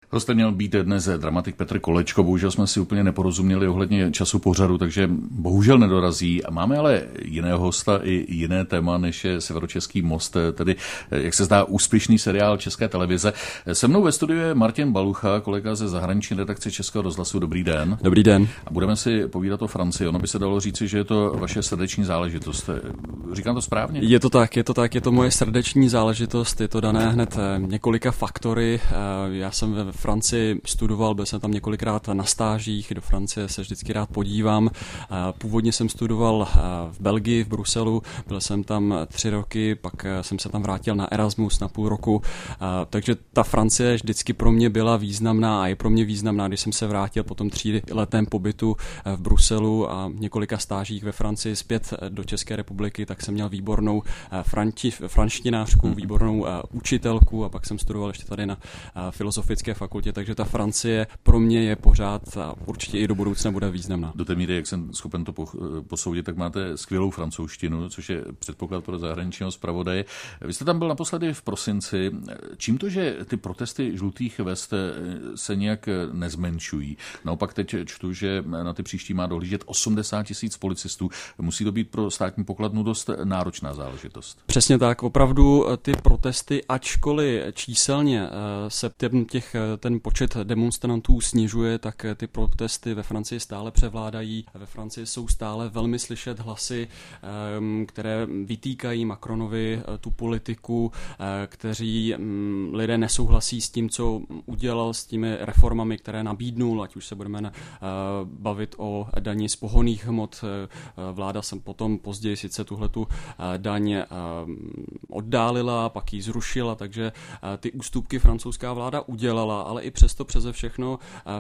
Hostem měl být dnes dramatik Petr Kolečko, bohužel jsme si úplně neporozuměli ohledně času pořadu, takže bohužel nedorazí. Máme ale jiného hosta i jiné téma, než je Severočeský most, tedy, jak se zdá, úspěšný seriál České televize. Se mnou ve studiu je Martin Balucha, kolega ze zahraniční redakce Českého rozhlasu. Dobrý den. Dobrý den. A budeme si povídat o Francii. Ono by se dalo říci, že je to vaše srdeční záležitost. Říkám to správně? Je to to moje srdeční záležitost, je to dané hned několika faktory. Já jsem ve Francii studoval, byl jsem tam několikrát na stážích, do Francie se vždycky rád podívám. Původně jsem studoval v Belgii, v Bruselu, byl jsem tam 3 roky, pak jsem se tam vrátil na Erasmus na půl roku, takže ta Francie vždycky pro mě byla významná a je pro mě významná, když jsem se vrátil po tom 3letém pobytu v Bruselu a několika stážích ve Francii zpět do České republiky, tak jsem měl výbornou franštinářku, výbornou učitelku a pak jsem studoval ještě tady na Filozofické fakultě, takže ta Francie pro mě je pořád a určitě i do budoucna bude významná. Do té míry, jak jsem schopen to posoudit, tak máte skvělou francouzštinu, což je předpoklad pro zahraničního zpravodaje. Vy jste tam byl naposledy v prosinci. Čím to, že ty protesty žlutých vest se nějak nezmenšují? Naopak teď čtu, že na ty příští má dohlížet 80 000 policistů. Musí to být pro státní pokladnu dost náročná záležitost. Přesně tak, opravdu ty protesty, ačkoliv číselně se ten počet demonstrantů snižuje, tak ty protesty ve Francii stále převládají. Ve Francii jsou stále velmi slyšet hlasy, které vytýkají Macronovi tu politiku, kteří lidé nesouhlasí s tím, co udělal, s těmi reformami, které nabídnul, ať už se budeme bavit o dani z pohonných hmot. Vláda se potom později sice tuhletu daň oddálila, pak ji zrušila, takže ty ústupky francouzská vláda udělala, ale i přesto přeze všechno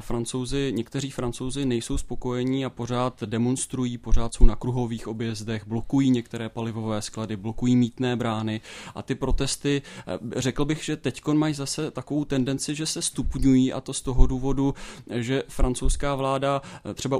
někteří Francouzi nejsou spokojení a pořád demonstrují, pořád jsou na kruhových objezdech, blokují některé palivové sklady, blokují mýtné brány a ty protesty, řekl bych, že teďkon mají zase takovou tendenci, že se stupňují a to z toho důvodu, že francouzská vláda třeba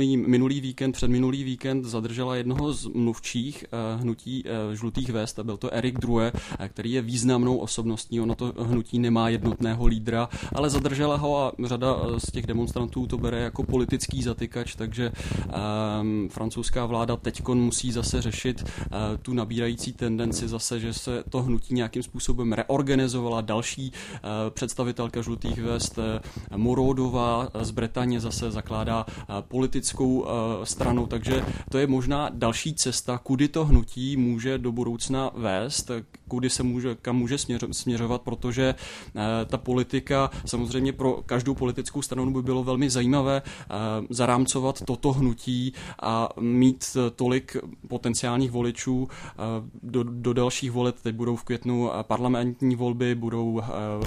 předminulý víkend zadržela jednoho z mluvčích hnutí žlutých vest a byl to Eric Drouet, který je významnou osobností. Ono to hnutí nemá jednotného lídra, ale zadržela ho a řada z těch demonstrantů to bere jako politický zatykač, takže francouzská vláda teďkon musí zase řešit tu nabírající tendenci zase, že se to hnutí nějakým způsobem reorganizovala. Další představitelka žlutých vest Morodová z Bretaně zase zakládá politickou stranu, takže to je možná další cesta, kudy to hnutí může do budoucna vést, kam může směřovat, protože ta politika, samozřejmě pro každou politickou stranu by bylo velmi zajímavé zarámcovat toto hnutí a mít tolik potenciálních voličů do dalších voleb. Teď budou v květnu parlamentní volby, budou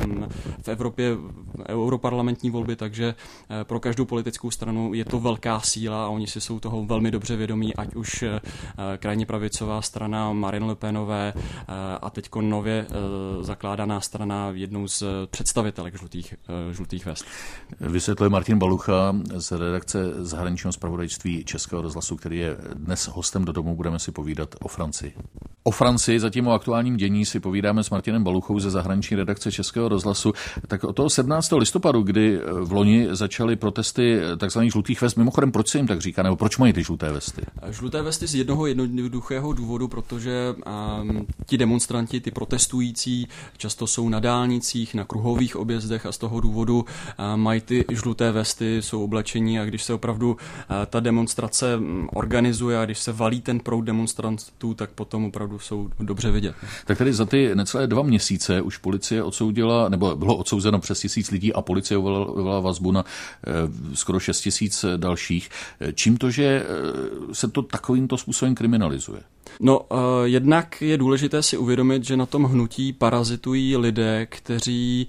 v Evropě europarlamentní volby, takže pro každou politickou stranu je to velká síla a oni si jsou toho velmi dobře vědomí, ať už krajně pravicová strana Marine Le Penové a teďko nově zakládaná strana jednou z představitelek žlutých vest. Vysvětluje Martin Balucha z redakce zahraničního zpravodajství Českého rozhlasu, který je dnes hostem do domu. Budeme si povídat o Francii. O Francii, zatím o aktuálním dění si povídáme s Martinem Baluchou ze zahraniční redakce Českého rozhlasu. Tak od toho 17. listopadu, kdy v loni začaly protesty tzv. Žlutých vest, mimochodem, proč se jim tak říká, nebo proč mají ty žluté vesty? Žluté vesty z jednoho jednoduchého důvodu, protože ti demonstranti, ty protestující, často jsou na dálnicích, na kruhových objezdech a z toho důvodu mají ty žluté vesty, jsou oblečení a když se opravdu ta demonstrace organizuje a když se valí ten proud demonstrantů, tak potom opravdu jsou dobře vidět. Tak tedy za ty necelé 2 měsíce už policie odsoudila, nebo bylo odsouzeno přes 1000 lidí a policie uvalila vazbu na skoro 6 000 dalších. Čím to, že se to takovýmto způsobem kriminalizuje? No, jednak je důležité si uvědomit, že na tom hnutí parazitují lidé, kteří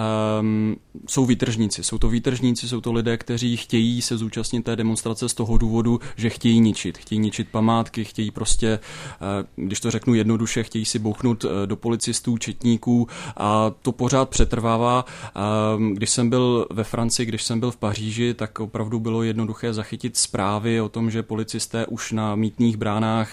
jsou výtržníci. Jsou to výtržníci, jsou to lidé, kteří chtějí se zúčastnit té demonstrace z toho důvodu, že chtějí ničit památky, chtějí prostě, když to řeknu jednoduše, chtějí si bouchnout do policistů, četníků a to pořád přetrvává. Když jsem byl ve Francii, když jsem byl v Paříži, tak opravdu bylo jednoduché zachytit zprávy o tom, že policisté už na mýtných bránách zadrželi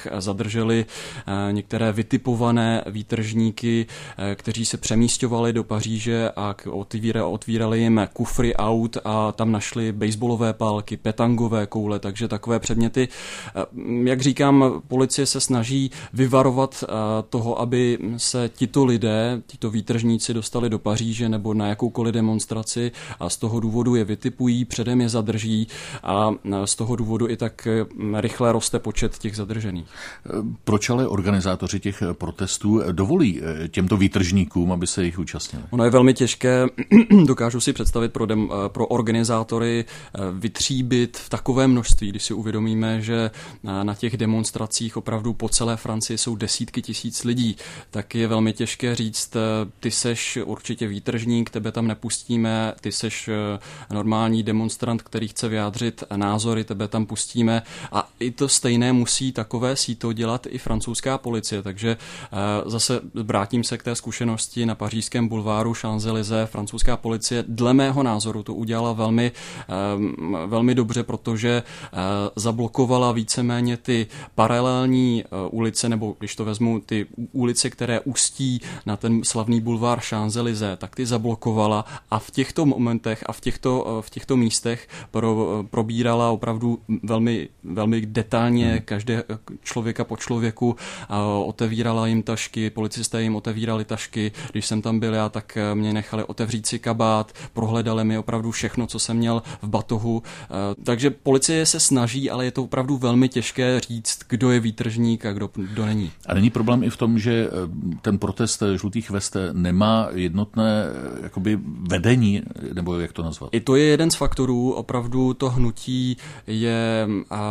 zadrželi některé vytipované výtržníky, kteří se přemísťovali do Paříže a otvírali jim kufry aut a tam našli baseballové pálky, petangové koule, takže takové předměty. Jak říkám, policie se snaží vyvarovat toho, aby se tito lidé, tito výtržníci dostali do Paříže nebo na jakoukoliv demonstraci a z toho důvodu je vytipují, předem je zadrží a z toho důvodu i tak rychle roste počet těch zadržených. Proč ale organizátoři těch protestů dovolí těmto výtržníkům, aby se jich účastnili? Ono je velmi těžké, dokážu si představit pro organizátory vytříbit v takovém množství, když si uvědomíme, že na těch demonstracích opravdu po celé Francii jsou desítky tisíc lidí, tak je velmi těžké říct, ty seš určitě výtržník, tebe tam nepustíme, ty seš normální demonstrant, který chce vyjádřit názory, tebe tam pustíme a i to stejné musí takové síto dělat i francouzská policie, takže zase vrátím se k té zkušenosti na pařížském bulváru Champs-Élysées. Francouzská policie dle mého názoru to udělala velmi dobře, protože zablokovala víceméně ty paralelní ulice, nebo když to vezmu, ty ulice, které ústí na ten slavný bulvár Champs-Élysées, tak ty zablokovala a v těchto momentech a v těchto místech probírala opravdu velmi detailně každé člověka po člověku, otevírala jim tašky, policisté jim otevírali tašky, když jsem tam byl já, tak mě nechali otevřít si kabát, prohledali mi opravdu všechno, co jsem měl v batohu, takže policie se snaží, ale je to opravdu velmi těžké říct, kdo je výtržník a kdo není. A není problém i v tom, že ten protest žlutých vest nemá jednotné jakoby vedení, nebo jak to nazvat? I to je jeden z faktorů, opravdu to hnutí je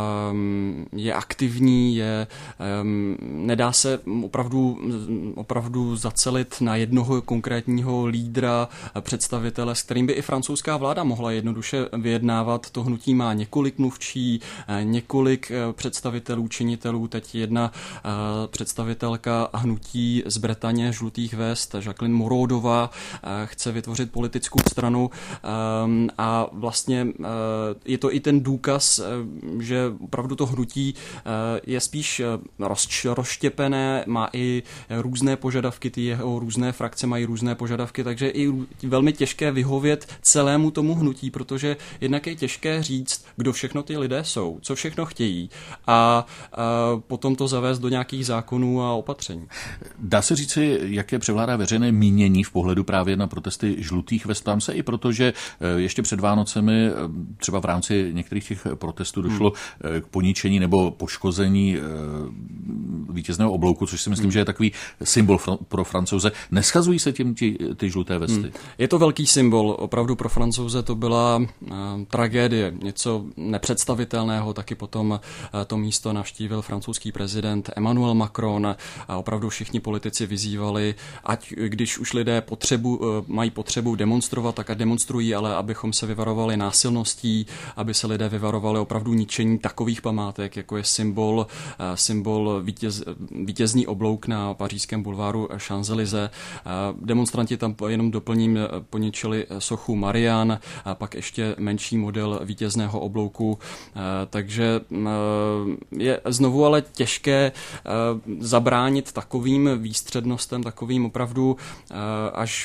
aktivní, nedá se opravdu zacelit na jednoho konkrétního lídra, představitele, s kterým by i francouzská vláda mohla jednoduše vyjednávat. To hnutí má několik mluvčí, několik představitelů, činitelů. Teď jedna představitelka hnutí z Bretaně žlutých vest, Jacqueline Morodová, chce vytvořit politickou stranu a vlastně je to i ten důkaz, že opravdu to hnutí je spíš rozštěpené, má i různé požadavky, ty jeho různé frakce mají různé požadavky, takže je i velmi těžké vyhovět celému tomu hnutí, protože jednak je těžké říct, kdo všechno ty lidé jsou, co všechno chtějí a potom to zavést do nějakých zákonů a opatření. Dá se říci, jaké převládá veřejné mínění v pohledu právě na protesty žlutých vest? Ptám se i proto, že ještě před Vánocemi třeba v rámci některých těch protestů došlo k poničení nebo poškození vítězného oblouku, což si myslím, že je takový symbol pro Francouze. Neschazují se tím ty žluté vesty? Je to velký symbol. Opravdu pro Francouze to byla tragédie, něco nepředstavitelného. Taky potom to místo navštívil francouzský prezident Emmanuel Macron a opravdu všichni politici vyzývali, ať když už lidé mají potřebu demonstrovat, tak a demonstrují, ale abychom se vyvarovali násilností, aby se lidé vyvarovali opravdu ničení takových památek, jako je symbol vítězný oblouk na pařížském bulváru Champs-Élysées. Demonstranti tam, jenom doplním, poničili sochu Marianne a pak ještě menší model vítězného oblouku. Takže je znovu ale těžké zabránit takovým výstřednostem, takovým opravdu až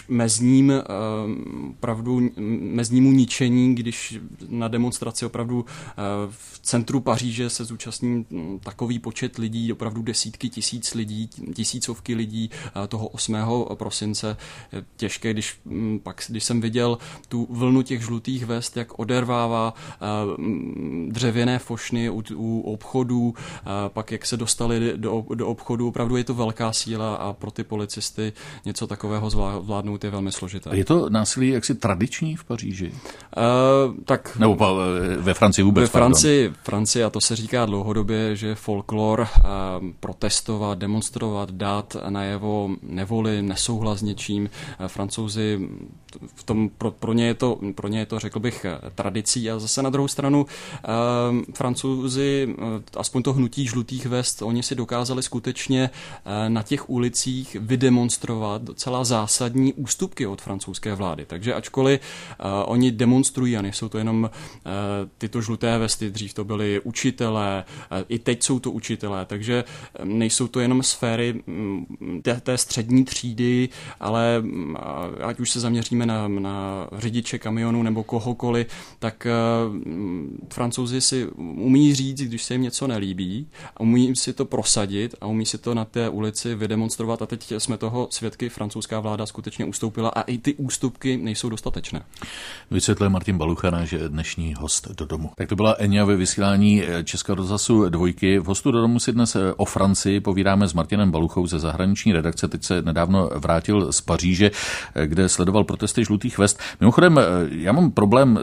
meznímu ničení, když na demonstraci opravdu v centru Paříže se zúčastní takový počet lidí, opravdu desítky tisíc lidí, tisícovky lidí toho 8. prosince. Těžké, když jsem viděl tu vlnu těch žlutých vest, jak odervává dřevěné fošny u obchodů, pak jak se dostali do obchodu, opravdu je to velká síla a pro ty policisty něco takového zvládnout je velmi složité. A je to násilí jaksi tradiční v Paříži? Tak nebo ve Francii vůbec? Ve Francii, a to se říká dlouhodobě, že folklor protestovat, demonstrovat, dát najevo nevoli, nesouhlas s něčím. Francouzi v tom, pro ně je to, řekl bych, tradicí a zase na druhou stranu Francouzi, aspoň to hnutí žlutých vest, oni si dokázali skutečně na těch ulicích vydemonstrovat docela zásadní ústupky od francouzské vlády. Takže ačkoliv oni demonstrují a nejsou to jenom tyto žluté vesty, dřív to byli učitelé, i teď jsou to učitelé, takže nejsou to jenom sféry té střední třídy, ale ať už se zaměříme na řidiče kamionu nebo kohokoliv, tak Francouzi si umí říct, když se jim něco nelíbí, a umí si to prosadit a umí si to na té ulici vydemonstrovat, a teď jsme toho svědky, francouzská vláda skutečně ustoupila a i ty ústupky nejsou dostatečné. Vysvětluje Martin Balucha, náš dnešní host do domu. Tak to byla Enya ve vysílání Českého rozhlasu Dvojky. V hostu do domu si dnes o Francii povídáme s Martinem Baluchou ze zahraniční redakce. Teď se nedávno vrátil z Paříže, kde sledoval protesty žlutých vest. Mimochodem, já mám problém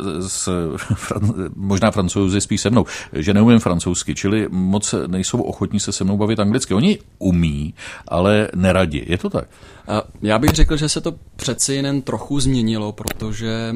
možná Francouzi spíš se mnou, že neumím francouzsky, čili moc nejsou ochotní se mnou bavit anglicky. Oni umí, ale neradi. Je to tak? Já bych řekl, že se to přeci jen trochu změnilo, protože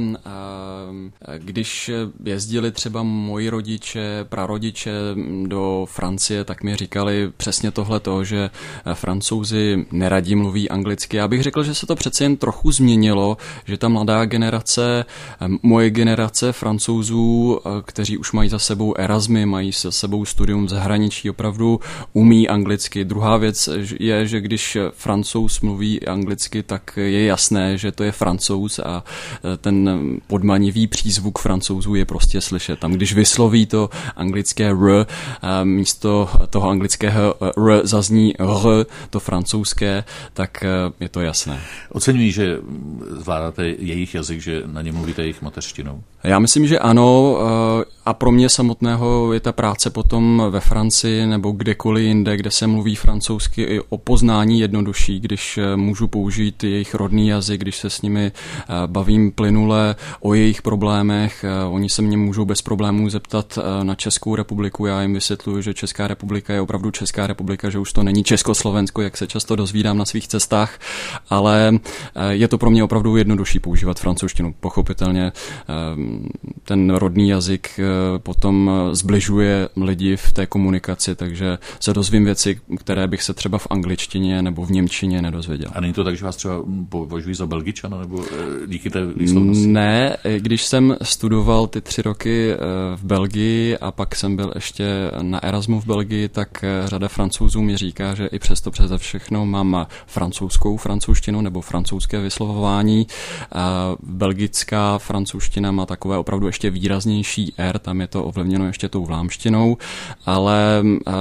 když jezdili třeba moji rodiče, prarodiče do Francie, tak mi říkali přesně tohleto, že Francouzi neradi mluví anglicky. Já bych řekl, že se to přeci jen trochu změnilo, že ta mladá generace, moje generace Francouzů, kteří už mají za sebou Erasmy, mají za sebou studium v zahraničí, opravdu umí anglicky. Druhá věc je, že když Francouz mluví anglicky, tak je jasné, že to je Francouz a ten podmanivý přízvuk Francouzů je prostě slyšet. Tam, když vysloví to anglické r, místo toho anglického r zazní r, to francouzské, tak je to jasné. Oceňují, že zvládáte jejich jazyk, že na ně mluvíte jejich mateřštinou? Já myslím, že ano, a pro mě samotného je ta práce potom ve Francii nebo kdekoliv jinde, kde se mluví francouzsky, i o poznání jednodušší, když můžu použít jejich rodný jazyk, když se s nimi bavím plynule o jejich problémech. Oni se mě můžou bez problémů zeptat na Českou republiku. Já jim vysvětluji, že Česká republika je opravdu Česká republika, že už to není Československo, jak se často dozvídám na svých cestách, ale je to pro mě opravdu jednodušší používat francouzštinu. Pochopitelně ten rodný jazyk potom zbližuje lidi v té komunikaci, takže se dozvím věci, které bych se třeba v angličtině nebo v němčině nedozvěděl. A není to tak, že vás třeba považují za Belgičana, nebo díky té výslovnosti? Ne, když jsem studoval ty 3 roky v Belgii a pak jsem byl ještě na Erasmu v Belgii, tak řada Francouzů mi říká, že i přesto přeze všechno mám francouzštinu nebo francouzské vyslovování. Belgická francouzština má takové opravdu ještě výraznější R, tam je to ovlivněno ještě tou vlámštinou, ale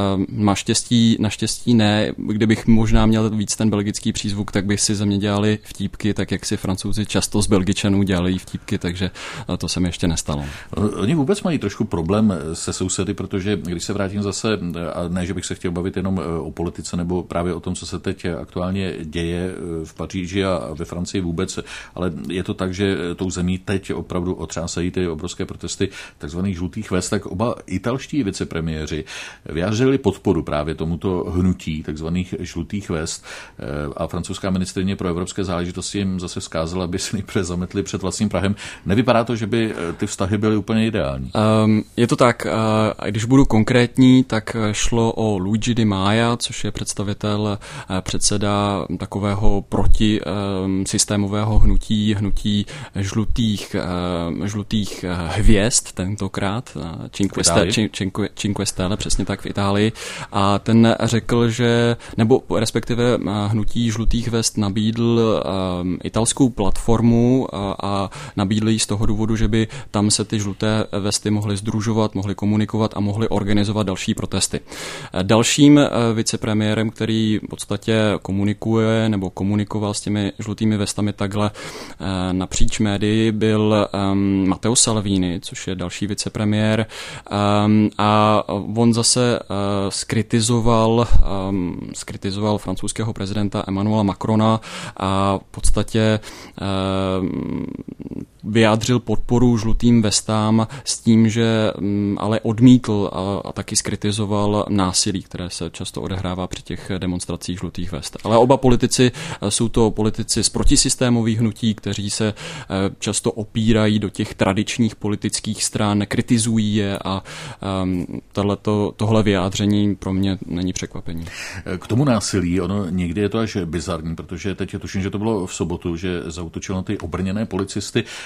naštěstí ne. Kdybych možná měl víc ten belgický přízvuk, tak by si ze mě dělali vtípky, tak jak si Francouzi často z Belgičanů dělají vtípky, takže to se mi ještě nestalo. Oni vůbec mají trošku problém se sousedy, protože když se vrátím zase, a ne, že bych se chtěl bavit jenom o politice nebo právě o tom, co se teď aktuálně děje v Paříži a ve Francii vůbec, ale je to tak, že tou zemí teď opravdu otřásají ty obrovské protesty takzvaných žlutých vest, tak oba italští vicepremiéři vyjádřili podporu právě tomuto hnutí takzvaných žlutých vest a francouzská ministryně pro evropské záležitosti jim zase vzkázala, aby si nejprve zametli před vlastním prahem. Nevypadá to, že by ty vztahy byly úplně ideální. Je to tak. Když budu konkrétní, tak šlo o Luigi Di Maia, což je předseda takového protisystémového hnutí žlutých hvězd, tentokrát Cinque Stelle, přesně tak v Itálii. A ten řekl, že, nebo respektive hnutí žlutých vest nabídl italskou platformu a nabídli ji z toho důvodu, že by tam se ty žluté vesty mohly sdružovat, mohly komunikovat a mohly organizovat další protesty. Dalším vicepremiérem, který v podstatě komunikuje nebo komunikoval s těmi žlutými vestami takhle napříč médii, byl Matteo Salvini, což je další vicepremiér, a on zase skritizoval francouzského prezidenta Emmanuela Macrona a v podstatě vyjádřil podporu žlutým vestám s tím, že ale odmítl a taky skritizoval násilí, které se často odehrává při těch demonstracích žlutých vest. Ale oba politici jsou to politici z protisystémových hnutí, kteří se často opírají do těch tradičních politických stran, kritizují je a tohle vyjádření pro mě není překvapení. K tomu násilí, ono někdy je to až bizarní, protože teď tuším, že to bylo v sobotu, že zaútočil na ty obrněné policisty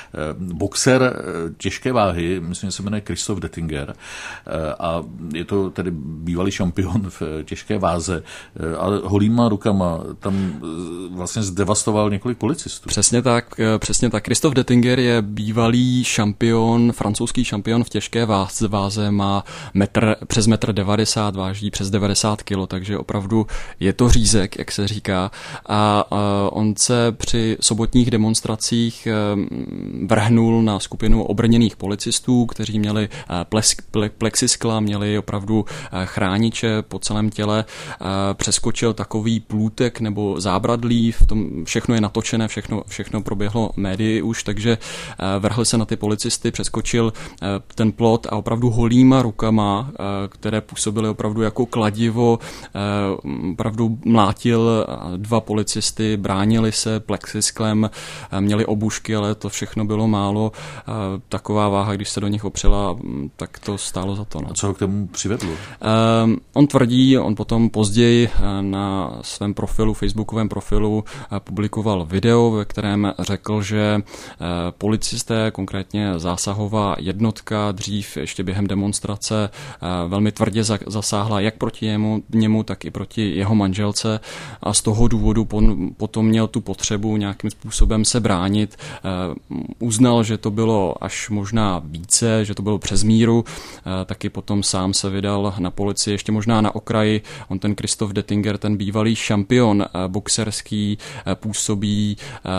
boxer těžké váhy, myslím, že se jmenuje Christoph Dettinger a je to tedy bývalý šampion v těžké váze, ale holýma rukama tam vlastně zdevastoval několik policistů. Přesně tak. Christoph Dettinger je bývalý šampion, francouzský šampion v těžké váze, má přes 1,90 m, váží přes 90 kg, takže opravdu je to řízek, jak se říká. A on se při sobotních demonstracích vrhnul na skupinu obrněných policistů, kteří měli plexiskla, měli opravdu chrániče po celém těle, přeskočil takový plůtek nebo zábradlí, v tom všechno je natočené, všechno proběhlo médii už, takže vrhl se na ty policisty, přeskočil ten plot a opravdu holýma rukama, které působily opravdu jako kladivo, opravdu mlátil 2 policisty, bránili se plexisklem, měli obušky, ale to všechno bylo málo. Taková váha, když se do nich opřela, tak to stálo za to. No. A co ho k tomu přivedlo? On potom později na svém profilu, facebookovém profilu, publikoval video, ve kterém řekl, že policisté, konkrétně zásahová jednotka, dřív ještě během demonstrace velmi tvrdě zasáhla jak proti němu, tak i proti jeho manželce a z toho důvodu potom měl tu potřebu nějakým způsobem se bránit. Uznal, že to bylo až možná více, že to bylo přes míru, taky potom sám se vydal na policii, ještě možná na okraji. On ten Christoph Dettinger, ten bývalý šampion boxerský, působí,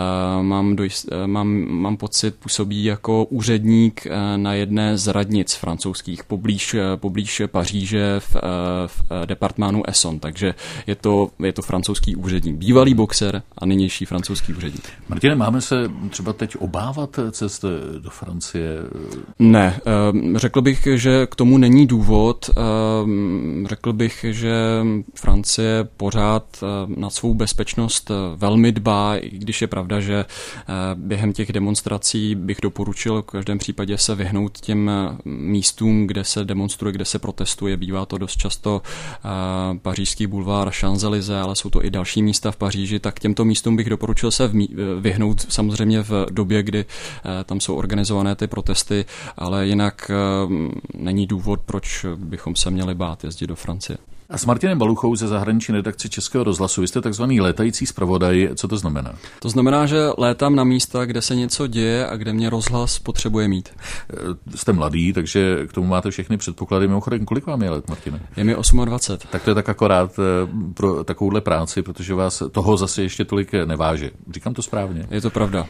mám pocit, působí jako úředník na jedné z radnic francouzských poblíž Paříže v departmánu Essonne, takže je to francouzský úředník, bývalý boxer a nynější francouzský úředník. Martine, máme se třeba teď obávat cest do Francie? Ne, řekl bych, že k tomu není důvod. Řekl bych, že Francie pořád na svou bezpečnost velmi dbá, i když je pravda, že během těch demonstrací bych doporučil v každém případě se vyhnout těm místům, kde se demonstruje, kde se protestuje. Bývá to dost často pařížský bulvár Champs-Élysées, ale jsou to i další místa v Paříži, tak těmto místům bych doporučil se vyhnout samozřejmě v době, kdy tam jsou organizované ty protesty, ale jinak není důvod, proč bychom se měli bát jezdit do Francie. A s Martinem Baluchou ze zahraniční redakce Českého rozhlasu, vy jste takzvaný létající zpravodaj. Co to znamená? To znamená, že létám na místa, kde se něco děje a kde mě rozhlas potřebuje mít. Jste mladý, takže k tomu máte všechny předpoklady. Mimochodem, kolik vám je let, Martine? Je mi 28. Tak to je tak akorát pro takovouhle práci, protože vás toho zase ještě tolik neváží. Říkám to správně? Je to pravda.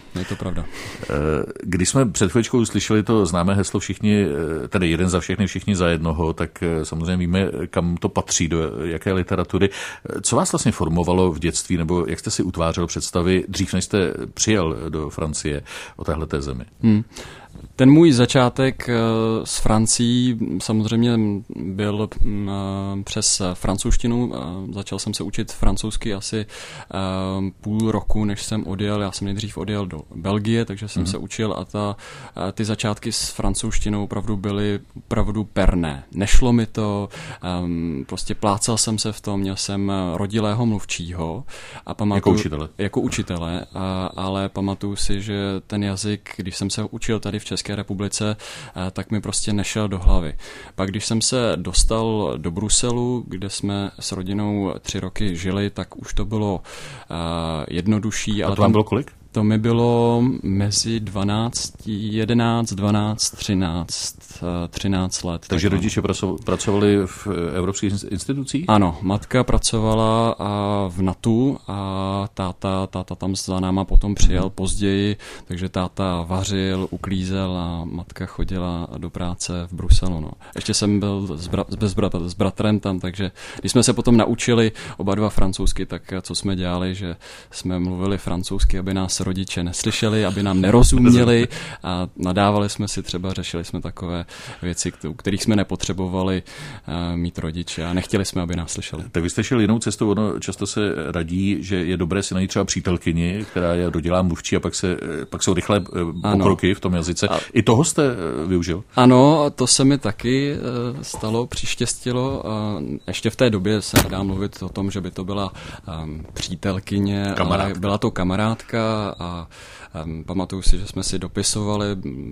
Když jsme před chvíličkou slyšeli to známé heslo všichni, tedy jeden za všechny, všichni za jednoho, tak samozřejmě víme, kam to patří, do jaké literatury. Co vás vlastně formovalo v dětství, nebo jak jste si utvářel představy dřív, než jste přijel do Francie o téhleté zemi? Ten můj začátek s Francií samozřejmě byl přes francouzštinu. Začal jsem se učit francouzsky asi půl roku, než jsem odjel. Já jsem nejdřív odjel do Belgie, takže jsem se učil a ty začátky s francouzštinou opravdu byly opravdu perné. Nešlo mi to, prostě plácal jsem se v tom, měl jsem rodilého mluvčího. Jako učitele, ale pamatuju si, že ten jazyk, když jsem se učil tady v České republice, tak mi prostě nešel do hlavy. Pak když jsem se dostal do Bruselu, kde jsme s rodinou 3 roky žili, tak už to bylo jednodušší. A to vám bylo kolik? To mi bylo mezi 13 let. Takže rodiče pracovali v evropských institucích? Ano, matka pracovala v NATO a táta tam za náma potom přijel později, takže táta vařil, uklízel a matka chodila do práce v Bruselu. No. Ještě jsem byl s bratrem tam, takže když jsme se potom naučili oba dva francouzsky, tak co jsme dělali, že jsme mluvili francouzsky, aby nás rodiče neslyšeli, aby nám nerozuměli a nadávali jsme si třeba, řešili jsme takové věci, u kterých jsme nepotřebovali mít rodiče a nechtěli jsme, aby nás slyšeli. Tak vy jste šel jinou cestou, ono často se radí, že je dobré si najít třeba přítelkyni, která je dodělá mluvčí a pak jsou rychlé pokroky v tom jazyce. I toho jste využil? Ano, to se mi taky stalo, přištěstilo. Ještě v té době se nedá mluvit o tom, že by to byla přítelkyně, ale byla to kamarádka a pamatuju si, že jsme si dopisovali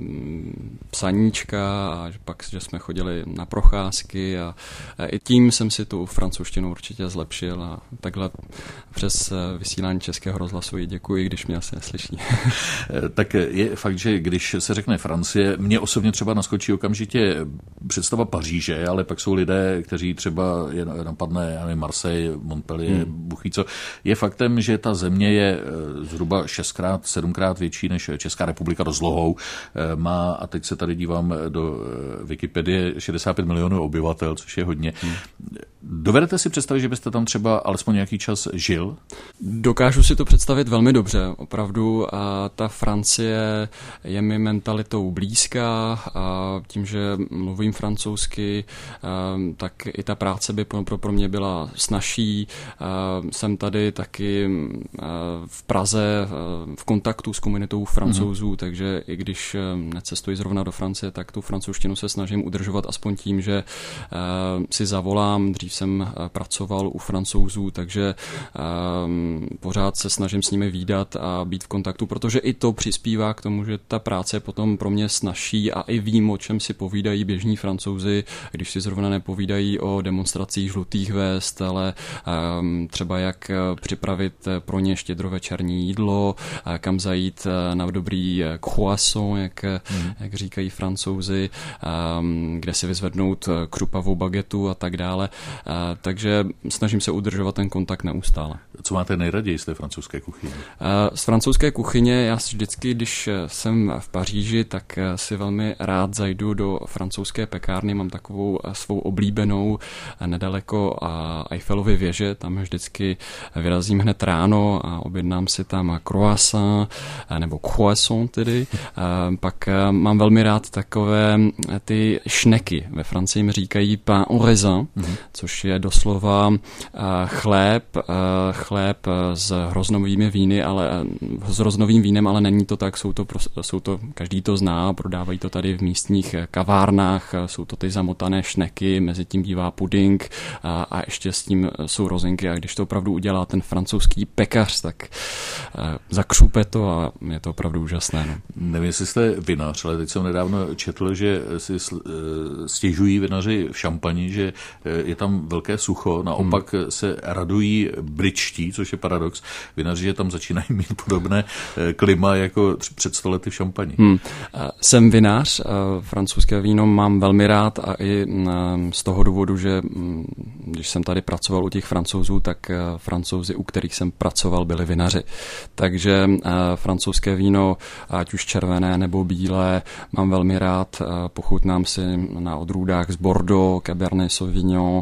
psaníčka a pak, že jsme chodili na procházky a i tím jsem si tu francouzštinu určitě zlepšil a takhle přes vysílání Českého rozhlasu děkuji, když mě asi neslyší. Tak je fakt, že když se řekne Francie, mě osobně třeba naskočí okamžitě představa Paříže, ale pak jsou lidé, kteří třeba je napadne Marseille, Montpellier, Buchvíco. Je faktem, že ta země je zhruba 6x, 7x větší než Česká republika rozlohou. Má, a teď se tady dívám do Wikipedie, 65 milionů obyvatel, což je hodně. Dovedete si představit, že byste tam třeba alespoň nějaký čas žil? Dokážu si to představit velmi dobře, opravdu. A ta Francie je mi mentalitou blízká a tím, že mluvím francouzsky, tak i ta práce by pro mě byla snazší. Jsem tady taky v Praze v kontaktu s komunitou Francouzů, takže i když necestuji zrovna do Francie, tak tu francouzštinu se snažím udržovat aspoň tím, že si zavolám. Dřív jsem pracoval u Francouzů, takže pořád se snažím s nimi vídat a být v kontaktu, protože i to přispívá k tomu, že ta práce je potom pro mě snazší a i vím, o čem si povídají běžní Francouzi, když si zrovna nepovídají o demonstracích žlutých vest, ale třeba jak připravit pro ně štědrovečerní jídlo, kam zajít na dobrý croissant, jak říkají Francouzi, kde si vyzvednout křupavou bagetu a tak dále. Takže snažím se udržovat ten kontakt neustále. Co máte nejraději z té francouzské kuchyně? Z francouzské kuchyně já vždycky, když jsem v Paříži, tak si velmi rád zajdu do francouzské pekárny. Mám takovou svou oblíbenou nedaleko Eiffelovy věže. Tam vždycky vyrazím hned ráno a objednám si tam croissant nebo croissant tedy. Pak mám velmi rád takové ty šneky. Ve Francii mi říkají pain au raisin, což je doslova chléb s hroznovými víny, ale s hroznovým vínem, ale není to tak, jsou to každý to zná, prodávají to tady v místních kavárnách, jsou to ty zamotané šneky, mezi tím bývá puding a ještě s tím jsou rozinky a když to opravdu udělá ten francouzský pekař, tak zakřupe to a je to opravdu úžasné. No. Nevím, jestli jste vinař, ale teď jsem nedávno četl, že si stěžují vinaři v Šampani, že je tam velké sucho, naopak se radují britští, což je paradox. Vinaři, že tam začínají mít podobné klima jako před 100 lety v Šampani. Jsem vinař, francouzské víno mám velmi rád a i z toho důvodu, že když jsem tady pracoval u těch Francouzů, tak Francouzi, u kterých jsem pracoval, byli vinaři. Takže francouzské víno, ať už červené nebo bílé, mám velmi rád. Pochutnám si na odrůdách z Bordeaux, Cabernet Sauvignon,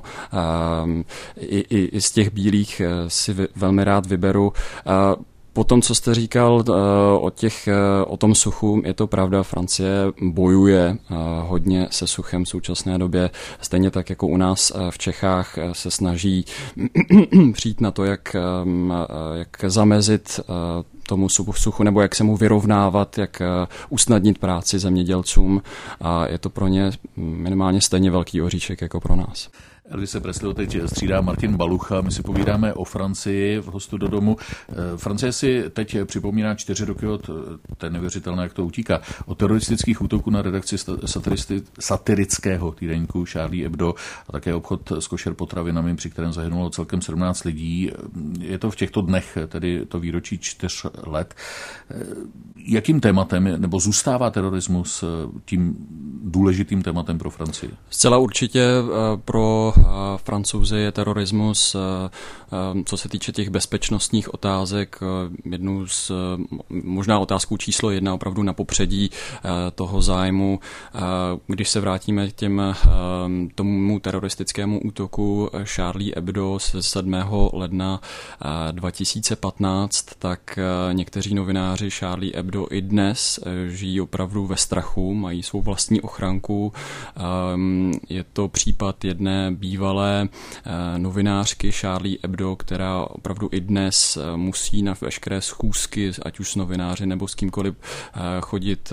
i z těch bílých si velmi rád vyberu. Po tom, co jste říkal o tom suchu, je to pravda, Francie bojuje hodně se suchem v současné době. Stejně tak jako u nás v Čechách se snaží přijít na to, jak zamezit tomu suchu, nebo jak se mu vyrovnávat, jak usnadnit práci zemědělcům. A je to pro ně minimálně stejně velký oříšek jako pro nás. Elvise Presleyho teď střídá Martin Balucha. My si povídáme o Francii v Hostu do domu. Francie si teď připomíná 4 roky od, to je neuvěřitelné, jak to utíká, od teroristických útoků na redakci satirického týdeníku Charlie Hebdo a také obchod s košer potravinami, při kterém zahynulo celkem 17 lidí. Je to v těchto dnech, tedy to výročí 4 let. Jakým tématem, nebo zůstává terorismus tím důležitým tématem pro Francii? Zcela určitě pro Francouzi je terorismus, co se týče těch bezpečnostních otázek, jednu z možná otázkou číslo 1 opravdu na popředí toho zájmu. Když se vrátíme k tomu teroristickému útoku Charlie Hebdo z 7. ledna 2015, tak někteří novináři Charlie Hebdo i dnes žijí opravdu ve strachu, mají svou vlastní ochranku. Je to případ jedné bývalé novinářky Charlie Hebdo, která opravdu i dnes musí na veškeré schůzky, ať už s novináři nebo s kýmkoliv, chodit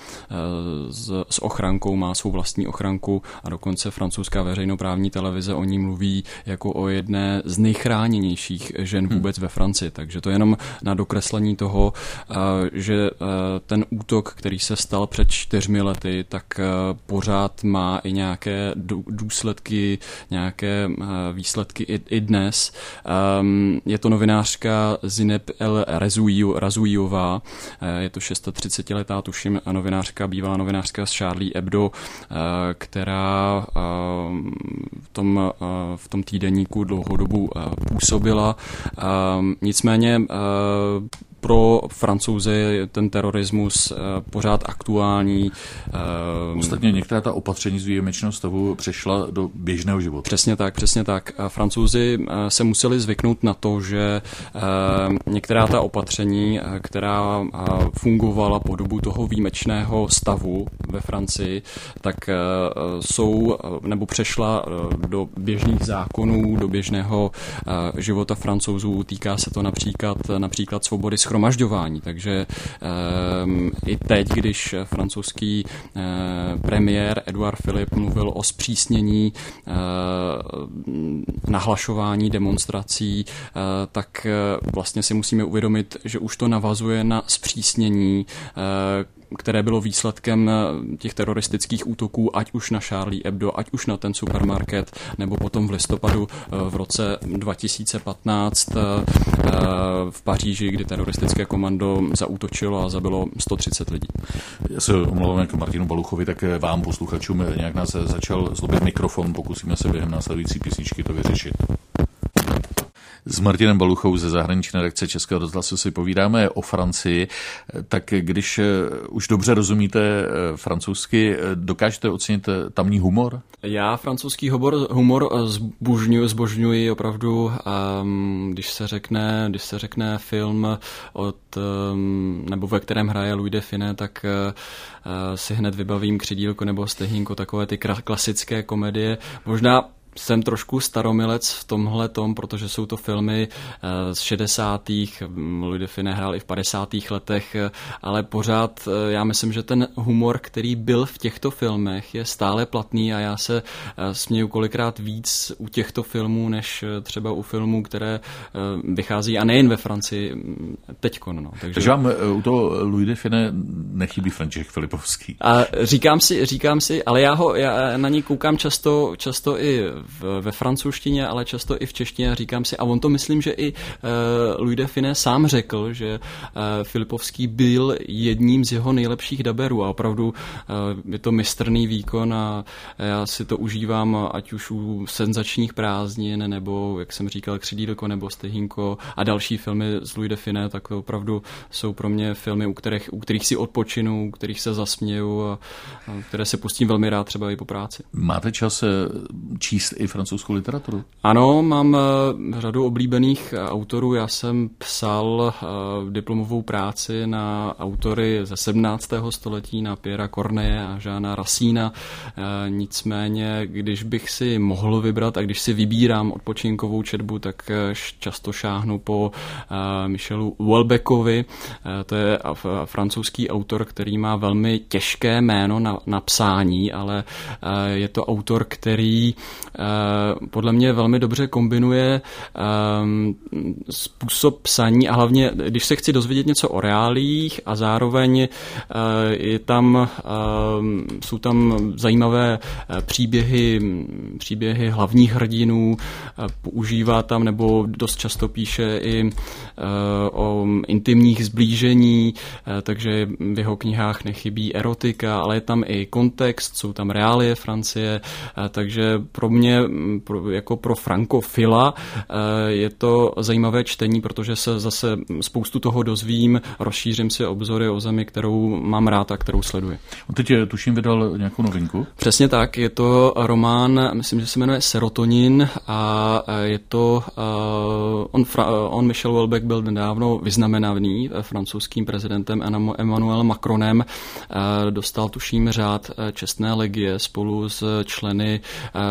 s ochrankou, má svou vlastní ochranku a dokonce francouzská veřejnoprávní televize o ní mluví jako o jedné z nejchráněnějších žen vůbec ve Francii. Takže to je jenom na dokreslení nakreslení toho, že ten útok, který se stal před 4 lety, tak pořád má i nějaké důsledky, nějaké výsledky i dnes. Je to novinářka Zineb El Razouiová, je to 36letá, tuším, novinářka, bývalá novinářka z Charlie Hebdo, která v tom týdeníku dlouhou dobu působila. Nicméně pro Francouze je ten terorismus pořád aktuální. Ostatně některá ta opatření z výjimečného stavu přešla do běžného života. Přesně tak. Francouzi se museli zvyknout na to, že některá ta opatření, která fungovala po dobu toho výjimečného stavu ve Francii, tak jsou nebo přešla do běžných zákonů, do běžného života Francouzů. Týká se to například svobody shromažďování. Takže i teď, když francouzský premiér Edouard Philippe mluvil o zpřísnění nahlašování demonstrací, tak vlastně si musíme uvědomit, že už to navazuje na zpřísnění, které bylo výsledkem těch teroristických útoků, ať už na Charlie Hebdo, ať už na ten supermarket, nebo potom v listopadu v roce 2015 v Paříži, kdy teroristické komando zaútočilo a zabilo 130 lidí. Já se omlouvám jako Martinu Baluchovi, tak vám, posluchačům, nějak nás začal zlobit mikrofon, pokusíme se během následující písničky to vyřešit. S Martinem Baluchou ze zahraniční redakce Českého rozhlasu si povídáme o Francii. Tak když už dobře rozumíte francouzsky, dokážete ocenit tamní humor? Já francouzský humor zbožňuji opravdu, když se řekne film nebo ve kterém hraje Louis de Funès, tak si hned vybavím Křidílko nebo Stehínko, takové ty klasické komedie. Možná jsem trošku staromilec v tomhletom, protože jsou to filmy z 60. Louis de Funès hrál i v 50. letech, ale pořád já myslím, že ten humor, který byl v těchto filmech, je stále platný a já se směju kolikrát víc u těchto filmů, než třeba u filmů, které vychází a nejen ve Francii teďko. No. Takže vám u toho Louis de Funès nechybí František Filipovský. A říkám si, ale já na něj koukám často i ve francouzštině, ale často i v češtině, říkám si, a on to myslím, že i Louis de Funès sám řekl, že Filipovský byl jedním z jeho nejlepších daberů a opravdu je to mistrný výkon a já si to užívám, ať už u Senzačních prázdnin, nebo, jak jsem říkal, Křidílko nebo Stehínko a další filmy z Louis de Funès, tak to opravdu jsou pro mě filmy, u kterých si odpočinu, u kterých se zasměju a které se pustím velmi rád třeba i po práci. Máte čas číst i francouzskou literaturu? Ano, mám řadu oblíbených autorů. Já jsem psal diplomovou práci na autory ze 17. století, na Pierra Corneille a Jeana Racina. Nicméně, když bych si mohl vybrat a když si vybírám odpočinkovou četbu, tak často šáhnu po Michelu Houellebecquovi. To je francouzský autor, který má velmi těžké jméno na psání, ale je to autor, který podle mě velmi dobře kombinuje způsob psaní a hlavně, když se chci dozvědět něco o reálích a zároveň jsou tam zajímavé příběhy hlavních hrdinů, používá tam nebo dost často píše i o intimních zblížení, takže v jeho knihách nechybí erotika, ale je tam i kontext, jsou tam reálie Francie, takže pro mě, jako pro frankofila, je to zajímavé čtení, protože se zase spoustu toho dozvím, rozšířím si obzory o zemi, kterou mám rád a kterou sleduji. On teď tuším vydal nějakou novinku? Přesně tak, je to román, myslím, že se jmenuje Serotonin a je to, on Michel Houellebecq byl nedávno vyznamenaný francouzským prezidentem Emmanuelem Macronem, dostal tuším řád čestné legie spolu s členy francouzské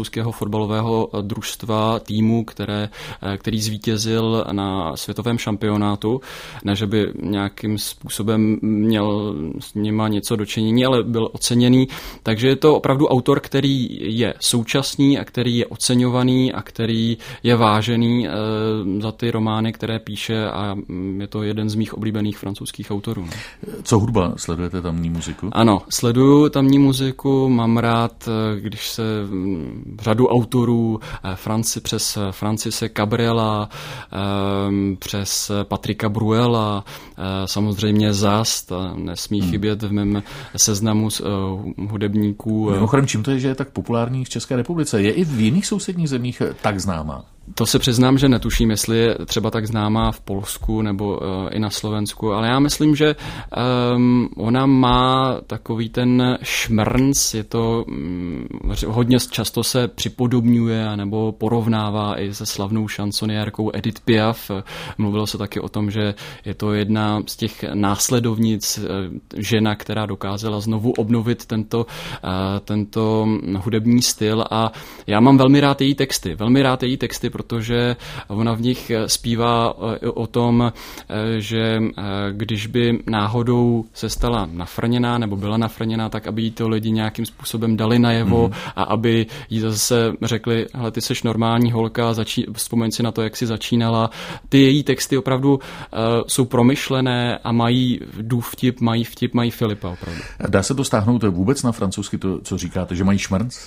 francouzského fotbalového družstva týmu, který zvítězil na světovém šampionátu. Ne, že by nějakým způsobem měl s nima něco dočinění, ale byl oceněný. Takže je to opravdu autor, který je současný a který je oceňovaný a který je vážený za ty romány, které píše, a je to jeden z mých oblíbených francouzských autorů. Co hudba? Sledujete tamní muziku? Ano, sleduju tamní muziku, mám rád, když se řadu autorů přes Francise Cabrela, přes Patricka Bruela, samozřejmě Zast, nesmí chybět v mém seznamu hudebníků. Mimochodem, čím to je, že je tak populární v České republice? Je i v jiných sousedních zemích tak známá? To se přiznám, že netuším, jestli je třeba tak známá v Polsku nebo i na Slovensku, ale já myslím, že ona má takový ten šmrnc, je to hodně často se připodobňuje nebo porovnává i se slavnou šansoniérkou Edith Piaf. Mluvilo se taky o tom, že je to jedna z těch následovnic, žena, která dokázala znovu obnovit tento hudební styl, a já mám velmi rád její texty, protože ona v nich zpívá o tom, že když by náhodou se stala nafrněná nebo byla nafrněná, tak aby jí to lidi nějakým způsobem dali najevo a aby jí zase řekli, hele, ty seš normální holka, vzpomeň si na to, jak jsi začínala. Ty její texty opravdu jsou promyšlené a mají důvtip, mají Filipa opravdu. Dá se to stáhnout vůbec na francouzsky, to, co říkáte, že mají šmrnc?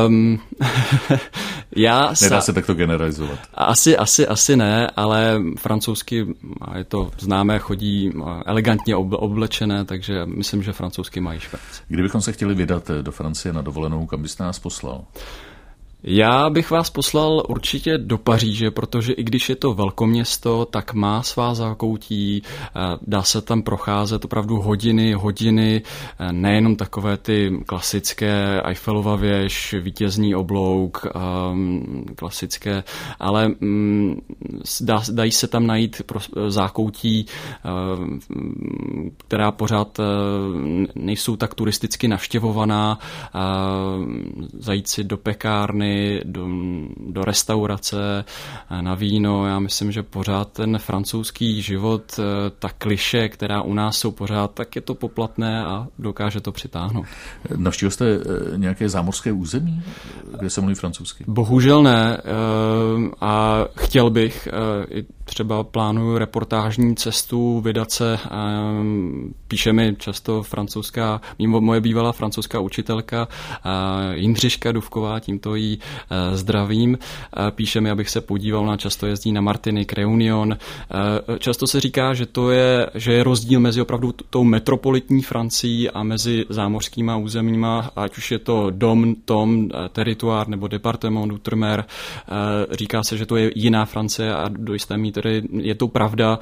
Nedá se takto generalizovat. Asi ne, ale francouzsky je to známé, chodí elegantně oblečené, takže myslím, že francouzsky mají šmrnc. Kdybychom se chtěli vydat do Francie na dovolenou, kam byste nás poslal? Já bych vás poslal určitě do Paříže, protože i když je to velkoměsto, tak má svá zákoutí, dá se tam procházet opravdu hodiny, nejenom takové ty klasické Eiffelova věž, vítězný oblouk, klasické, ale dají se tam najít zákoutí, která pořád nejsou tak turisticky navštěvovaná, zajít si do pekárny, do restaurace, na víno. Já myslím, že pořád ten francouzský život, ta kliše, která u nás jsou pořád, tak je to poplatné a dokáže to přitáhnout. Navštívil jste nějaké zámořské území, kde se mluví francouzsky? Bohužel ne, a chtěl bych, třeba plánuju reportážní cestu, vydat se, píše mi často moje bývalá francouzská učitelka Jindřiška Dufková, tímto jí zdravím. Píše mi, abych se podíval často jezdí na Martinique, Réunion. Často se říká, že je rozdíl mezi opravdu tou metropolitní Francií a mezi zámořskýma územíma, ať už je to Tom, territoire nebo département d'outre-mer. Říká se, že to je jiná Francie a do jisté míry je to pravda.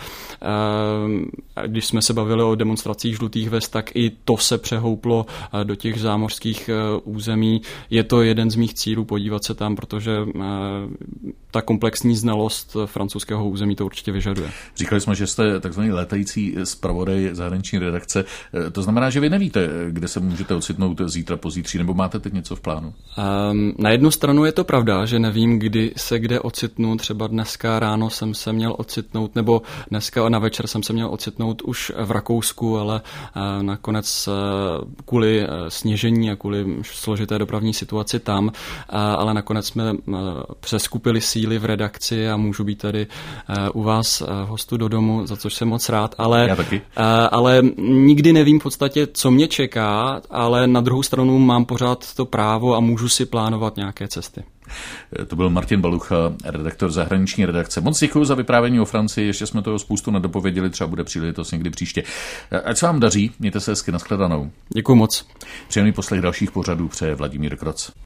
Když jsme se bavili o demonstracích žlutých vest, tak i to se přehouplo do těch zámořských území. Je to jeden z mých cílů podívat se tam, protože ta komplexní znalost francouzského území to určitě vyžaduje. Říkali jsme, že jste takzvaný létající zpravodaj zahraniční redakce. To znamená, že vy nevíte, kde se můžete ocitnout zítra, pozítří, nebo máte teď něco v plánu? Na jednu stranu je to pravda, že nevím, kde ocitnu. Třeba dneska ráno jsem se měl ocitnout, nebo dneska na večer jsem se měl ocitnout už v Rakousku, ale nakonec kvůli sněžení a kvůli složité dopravní situaci tam, ale nakonec jsme přeskupili síly v redakci a můžu být tady u vás hostu do domu, za což jsem moc rád, ale nikdy nevím v podstatě, co mě čeká, ale na druhou stranu mám pořád to právo a můžu si plánovat nějaké cesty. To byl Martin Balucha, redaktor zahraniční redakce. Moc děkuji za vyprávění o Francii, ještě jsme toho spoustu nedopověděli, třeba bude příležitost někdy příště. Ať se vám daří, mějte se hezky, nashledanou. Děkuji moc. Příjemný poslech dalších pořadů přeje Vladimír Kroc.